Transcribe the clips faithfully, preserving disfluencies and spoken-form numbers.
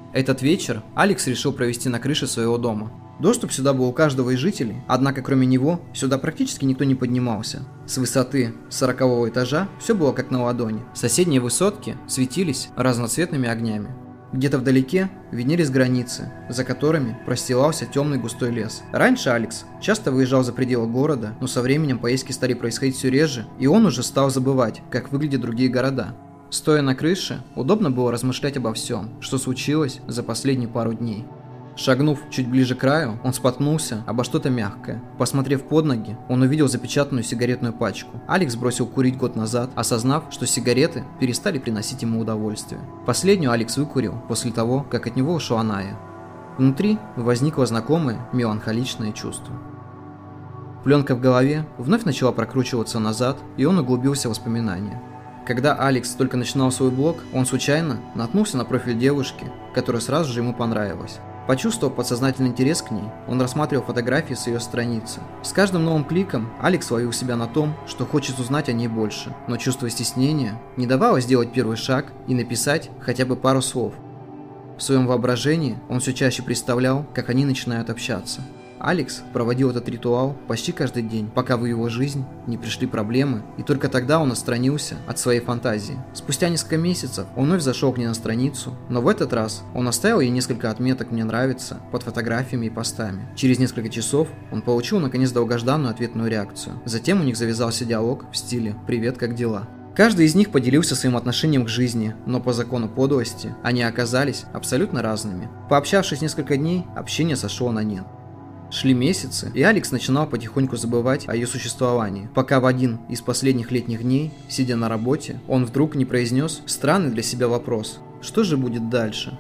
Этот вечер Алекс решил провести на крыше своего дома. Доступ сюда был у каждого из жителей, однако кроме него сюда практически никто не поднимался. С высоты сорокового этажа все было как на ладони. Соседние высотки светились разноцветными огнями. Где-то вдалеке виднелись границы, за которыми простилался темный густой лес. Раньше Алекс часто выезжал за пределы города, но со временем поездки стали происходить все реже, и он уже стал забывать, как выглядят другие города. Стоя на крыше, удобно было размышлять обо всем, что случилось за последние пару дней. Шагнув чуть ближе к краю, он споткнулся обо что-то мягкое. Посмотрев под ноги, он увидел запечатанную сигаретную пачку. Алекс бросил курить год назад, осознав, что сигареты перестали приносить ему удовольствие. Последнюю Алекс выкурил после того, как от него ушла Ная. Внутри возникло знакомое меланхоличное чувство. Пленка в голове вновь начала прокручиваться назад, и он углубился в воспоминания. Когда Алекс только начинал свой блог, он случайно наткнулся на профиль девушки, которая сразу же ему понравилась. Почувствовав подсознательный интерес к ней, он рассматривал фотографии с ее страницы. С каждым новым кликом Алекс ловил себя на том, что хочет узнать о ней больше, но чувство стеснения не давало сделать первый шаг и написать хотя бы пару слов. В своем воображении он все чаще представлял, как они начинают общаться. Алекс проводил этот ритуал почти каждый день, пока в его жизнь не пришли проблемы, и только тогда он отстранился от своей фантазии. Спустя несколько месяцев он вновь зашел к ней на страницу, но в этот раз он оставил ей несколько отметок «Мне нравится» под фотографиями и постами. Через несколько часов он получил наконец долгожданную ответную реакцию. Затем у них завязался диалог в стиле «Привет, как дела?». Каждый из них поделился своим отношением к жизни, но по закону подлости они оказались абсолютно разными. Пообщавшись несколько дней, общение сошло на нет. Шли месяцы, и Алекс начинал потихоньку забывать о ее существовании, пока в один из последних летних дней, сидя на работе, он вдруг не произнес странный для себя вопрос: что же будет дальше?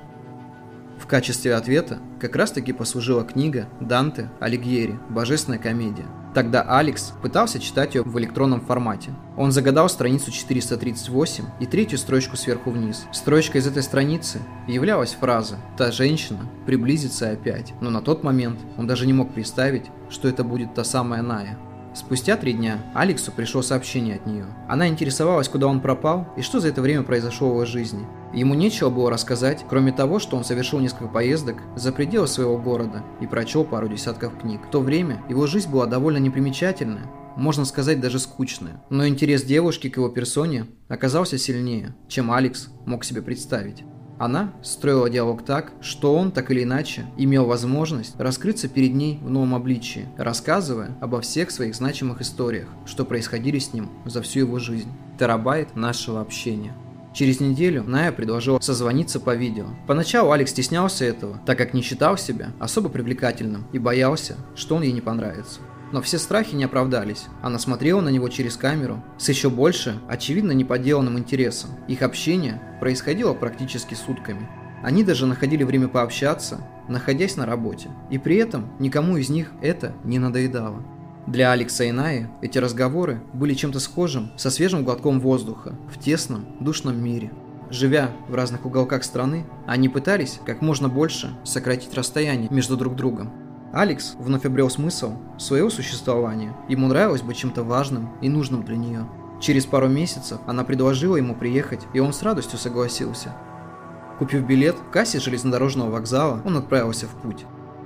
В качестве ответа как раз таки послужила книга Данте Алигьери «Божественная комедия». Тогда Алекс пытался читать ее в электронном формате. Он загадал страницу четыреста тридцать восемь и третью строчку сверху вниз. Строчкой из этой страницы являлась фраза «Та женщина приблизится опять». Но на тот момент он даже не мог представить, что это будет та самая Ная. Спустя три дня Алексу пришло сообщение от нее. Она интересовалась, куда он пропал и что за это время произошло в его жизни. Ему нечего было рассказать, кроме того, что он совершил несколько поездок за пределы своего города и прочел пару десятков книг. В то время его жизнь была довольно непримечательная, можно сказать, даже скучная. Но интерес девушки к его персоне оказался сильнее, чем Алекс мог себе представить. Она строила диалог так, что он, так или иначе, имел возможность раскрыться перед ней в новом обличии, рассказывая обо всех своих значимых историях, что происходили с ним за всю его жизнь. Терабайт нашего общения. Через неделю Ная предложила созвониться по видео. Поначалу Алекс стеснялся этого, так как не считал себя особо привлекательным и боялся, что он ей не понравится. Но все страхи не оправдались. Она смотрела на него через камеру с еще больше, очевидно, неподделанным интересом. Их общение происходило практически сутками. Они даже находили время пообщаться, находясь на работе. И при этом никому из них это не надоедало. Для Алекса и Наи эти разговоры были чем-то схожим со свежим глотком воздуха в тесном, душном мире. Живя в разных уголках страны, они пытались как можно больше сократить расстояние между друг другом. Алекс вновь обрел смысл своего существования. Ему нравилось быть чем-то важным и нужным для нее. Через пару месяцев она предложила ему приехать, и он с радостью согласился. Купив билет в кассе железнодорожного вокзала, он отправился в путь.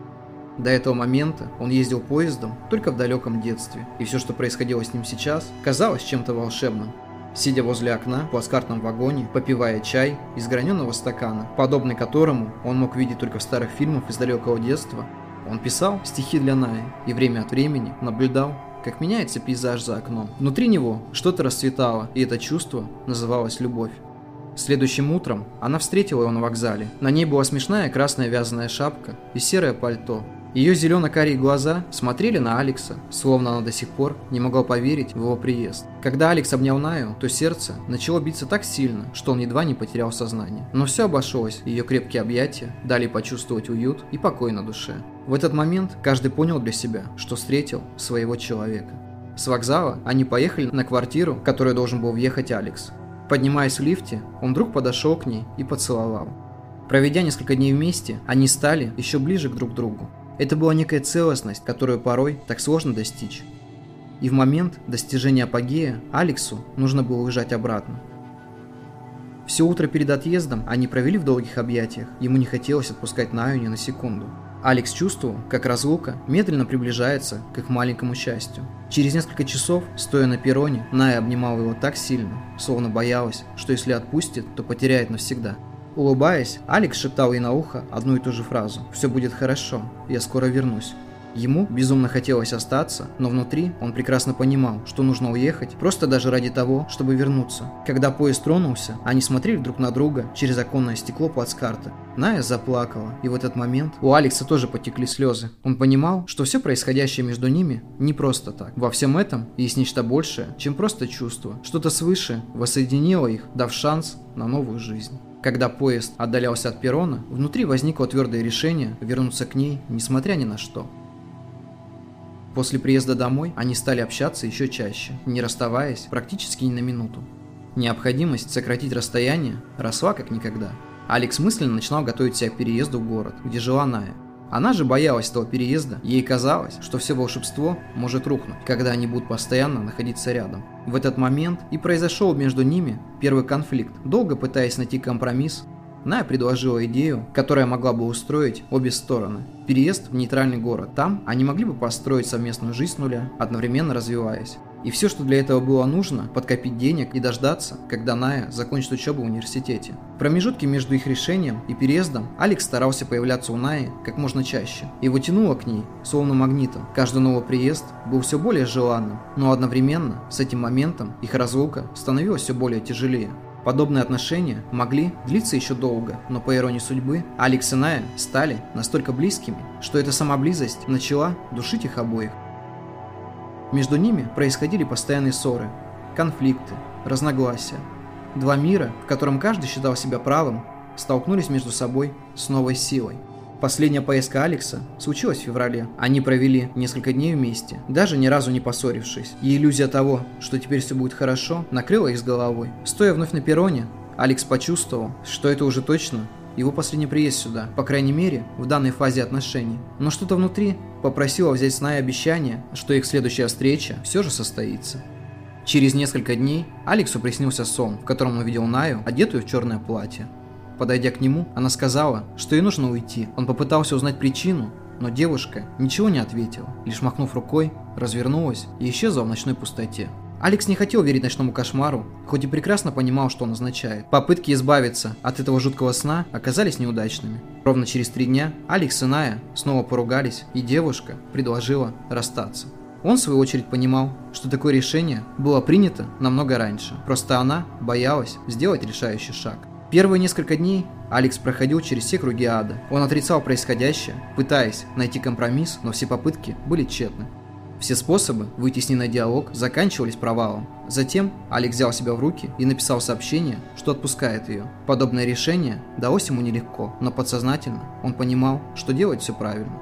До этого момента он ездил поездом только в далеком детстве, и все, что происходило с ним сейчас, казалось чем-то волшебным. Сидя возле окна в плацкартном вагоне, попивая чай из граненого стакана, подобный которому он мог видеть только в старых фильмах из далекого детства, он писал стихи для Наи и время от времени наблюдал, как меняется пейзаж за окном. Внутри него что-то расцветало, и это чувство называлось любовь. Следующим утром она встретила его на вокзале. На ней была смешная красная вязаная шапка и серое пальто. Ее зелено-карие глаза смотрели на Алекса, словно она до сих пор не могла поверить в его приезд. Когда Алекс обнял Наю, то сердце начало биться так сильно, что он едва не потерял сознание. Но все обошлось, ее крепкие объятия дали почувствовать уют и покой на душе. В этот момент каждый понял для себя, что встретил своего человека. С вокзала они поехали на квартиру, в которую должен был въехать Алекс. Поднимаясь в лифте, он вдруг подошел к ней и поцеловал. Проведя несколько дней вместе, они стали еще ближе друг к другу. Это была некая целостность, которую порой так сложно достичь. И в момент достижения апогея Алексу нужно было уезжать обратно. Все утро перед отъездом они провели в долгих объятиях, ему не хотелось отпускать Наю ни на секунду. Алекс чувствовал, как разлука медленно приближается к их маленькому счастью. Через несколько часов, стоя на перроне, Ная обнимала его так сильно, словно боялась, что если отпустит, то потеряет навсегда. Улыбаясь, Алекс шептал ей на ухо одну и ту же фразу: «Все будет хорошо, я скоро вернусь». Ему безумно хотелось остаться, но внутри он прекрасно понимал, что нужно уехать, просто даже ради того, чтобы вернуться. Когда поезд тронулся, они смотрели друг на друга через оконное стекло плацкарта. Ная заплакала, и в этот момент у Алекса тоже потекли слезы. Он понимал, что все происходящее между ними не просто так. Во всем этом есть нечто большее, чем просто чувство. Что-то свыше воссоединило их, дав шанс на новую жизнь. Когда поезд отдалялся от перрона, внутри возникло твердое решение вернуться к ней, несмотря ни на что. После приезда домой они стали общаться еще чаще, не расставаясь практически ни на минуту. Необходимость сократить расстояние росла как никогда. Алекс мысленно начинал готовить себя к переезду в город, где жила Ная. Она же боялась этого переезда, ей казалось, что все волшебство может рухнуть, когда они будут постоянно находиться рядом. В этот момент и произошел между ними первый конфликт. Долго пытаясь найти компромисс, Ная предложила идею, которая могла бы устроить обе стороны. Переезд в нейтральный город. Там они могли бы построить совместную жизнь с нуля, одновременно развиваясь. И все, что для этого было нужно, подкопить денег и дождаться, когда Ная закончит учебу в университете. В промежутке между их решением и переездом Алекс старался появляться у Наи как можно чаще. Его тянуло к ней, словно магнитом. Каждый новый приезд был все более желанным, но одновременно с этим моментом их разлука становилась все более тяжелее. Подобные отношения могли длиться еще долго, но по иронии судьбы Алекс и Ная стали настолько близкими, что эта сама близость начала душить их обоих. Между ними происходили постоянные ссоры, конфликты, разногласия. Два мира, в котором каждый считал себя правым, столкнулись между собой с новой силой. Последняя поездка Алекса случилась в феврале. Они провели несколько дней вместе, даже ни разу не поссорившись. И иллюзия того, что теперь все будет хорошо, накрыла их с головой. Стоя вновь на перроне, Алекс почувствовал, что это уже точно его последний приезд сюда, по крайней мере, в данной фазе отношений. Но что-то внутри попросило взять с Ной обещание, что их следующая встреча все же состоится. Через несколько дней Алексу приснился сон, в котором он увидел Наю, одетую в черное платье. Подойдя к нему, она сказала, что ей нужно уйти. Он попытался узнать причину, но девушка ничего не ответила, лишь махнув рукой, развернулась и исчезла в ночной пустоте. Алекс не хотел верить ночному кошмару, хоть и прекрасно понимал, что он означает. Попытки избавиться от этого жуткого сна оказались неудачными. Ровно через три дня Алекс и Ная снова поругались, и девушка предложила расстаться. Он, в свою очередь, понимал, что такое решение было принято намного раньше, просто она боялась сделать решающий шаг. Первые несколько дней Алекс проходил через все круги ада. Он отрицал происходящее, пытаясь найти компромисс, но все попытки были тщетны. Все способы выйти с ней на диалог заканчивались провалом. Затем Алекс взял себя в руки и написал сообщение, что отпускает ее. Подобное решение далось ему нелегко, но подсознательно он понимал, что делает все правильно.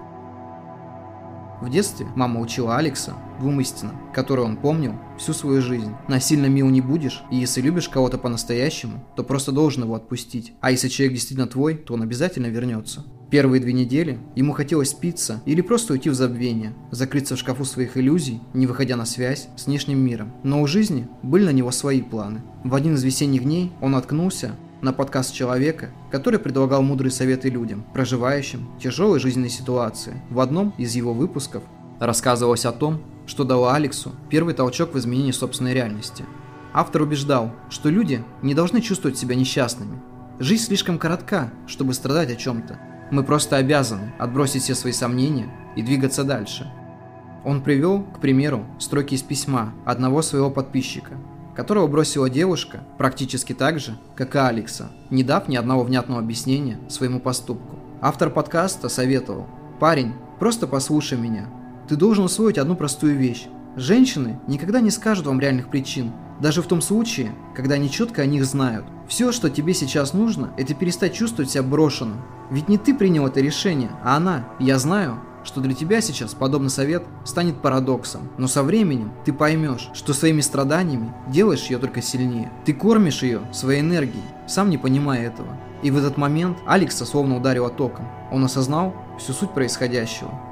В детстве мама учила Алекса двум истинам, которые он помнил всю свою жизнь. Насильно мил не будешь, и если любишь кого-то по-настоящему, то просто должен его отпустить. А если человек действительно твой, то он обязательно вернется. Первые две недели ему хотелось спиться или просто уйти в забвение, закрыться в шкафу своих иллюзий, не выходя на связь с внешним миром. Но у жизни были на него свои планы. В один из весенних дней он наткнулся на подкаст человека, который предлагал мудрые советы людям, проживающим тяжелые жизненные ситуации. В одном из его выпусков рассказывалось о том, что дало Алексу первый толчок в изменении собственной реальности. Автор убеждал, что люди не должны чувствовать себя несчастными. Жизнь слишком коротка, чтобы страдать о чем-то. Мы просто обязаны отбросить все свои сомнения и двигаться дальше. Он привел, к примеру, строки из письма одного своего подписчика, которого бросила девушка практически так же, как и Алекса, не дав ни одного внятного объяснения своему поступку. Автор подкаста советовал: «Парень, просто послушай меня. Ты должен усвоить одну простую вещь. Женщины никогда не скажут вам реальных причин, даже в том случае, когда они четко о них знают. Все, что тебе сейчас нужно, это перестать чувствовать себя брошенным. Ведь не ты принял это решение, а она. Я знаю, что для тебя сейчас подобный совет станет парадоксом, но со временем ты поймешь, что своими страданиями делаешь ее только сильнее. Ты кормишь ее своей энергией, сам не понимая этого». И в этот момент Алекса словно ударило током. Он осознал всю суть происходящего.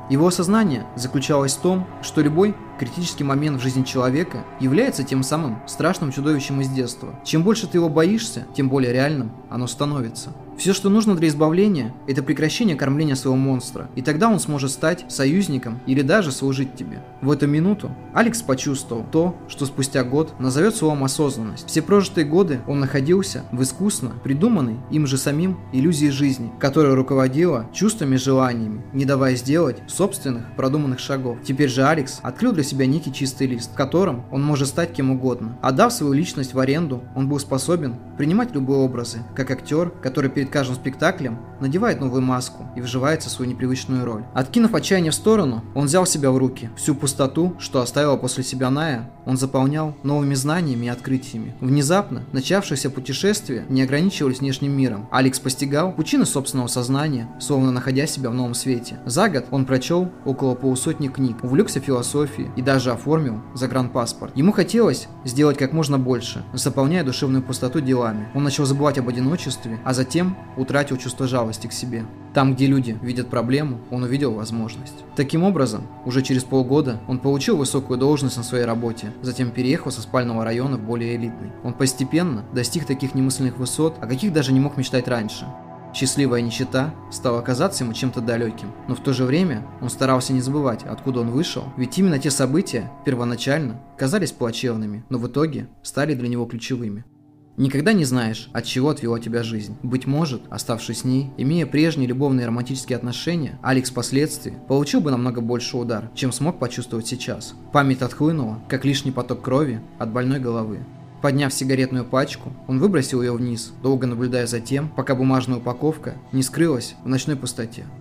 Его осознание заключалось в том, что любой критический момент в жизни человека является тем самым страшным чудовищем из детства. Чем больше ты его боишься, тем более реальным оно становится. Все, что нужно для избавления, это прекращение кормления своего монстра, и тогда он сможет стать союзником или даже служить тебе. В эту минуту Алекс почувствовал то, что спустя год назовет словом осознанность. Все прожитые годы он находился в искусно придуманной им же самим иллюзии жизни, которая руководила чувствами и желаниями, не давая сделать собственных продуманных шагов. Теперь же Алекс открыл для себя некий чистый лист, в котором он может стать кем угодно. Отдав свою личность в аренду, он был способен принимать любые образы, как актер, который перед каждым спектаклем надевает новую маску и вживается в свою непривычную роль. Откинув отчаяние в сторону, он взял себя в руки. Всю пустоту, что оставила после себя Ная, он заполнял новыми знаниями и открытиями. Внезапно начавшееся путешествие не ограничивались внешним миром. Алекс постигал пучины собственного сознания, словно находя себя в новом свете. За год он прочел около полусотни книг, увлекся философией и даже оформил загранпаспорт. Ему хотелось сделать как можно больше, заполняя душевную пустоту делами. Он начал забывать об одиночестве, а затем утратил чувство жалости к себе. Там, где люди видят проблему, он увидел возможность. Таким образом, уже через полгода он получил высокую должность на своей работе, затем переехал со спального района в более элитный. Он постепенно достиг таких немыслимых высот, о каких даже не мог мечтать раньше. Счастливая нищета стала казаться ему чем-то далеким, но в то же время он старался не забывать, откуда он вышел, ведь именно те события первоначально казались плачевными, но в итоге стали для него ключевыми. Никогда не знаешь, от чего отвела тебя жизнь. Быть может, оставшись с ней, имея прежние любовные и романтические отношения, Алекс впоследствии получил бы намного больше удар, чем смог почувствовать сейчас. Память отхлынула, как лишний поток крови от больной головы. Подняв сигаретную пачку, он выбросил ее вниз, долго наблюдая за тем, пока бумажная упаковка не скрылась в ночной пустоте.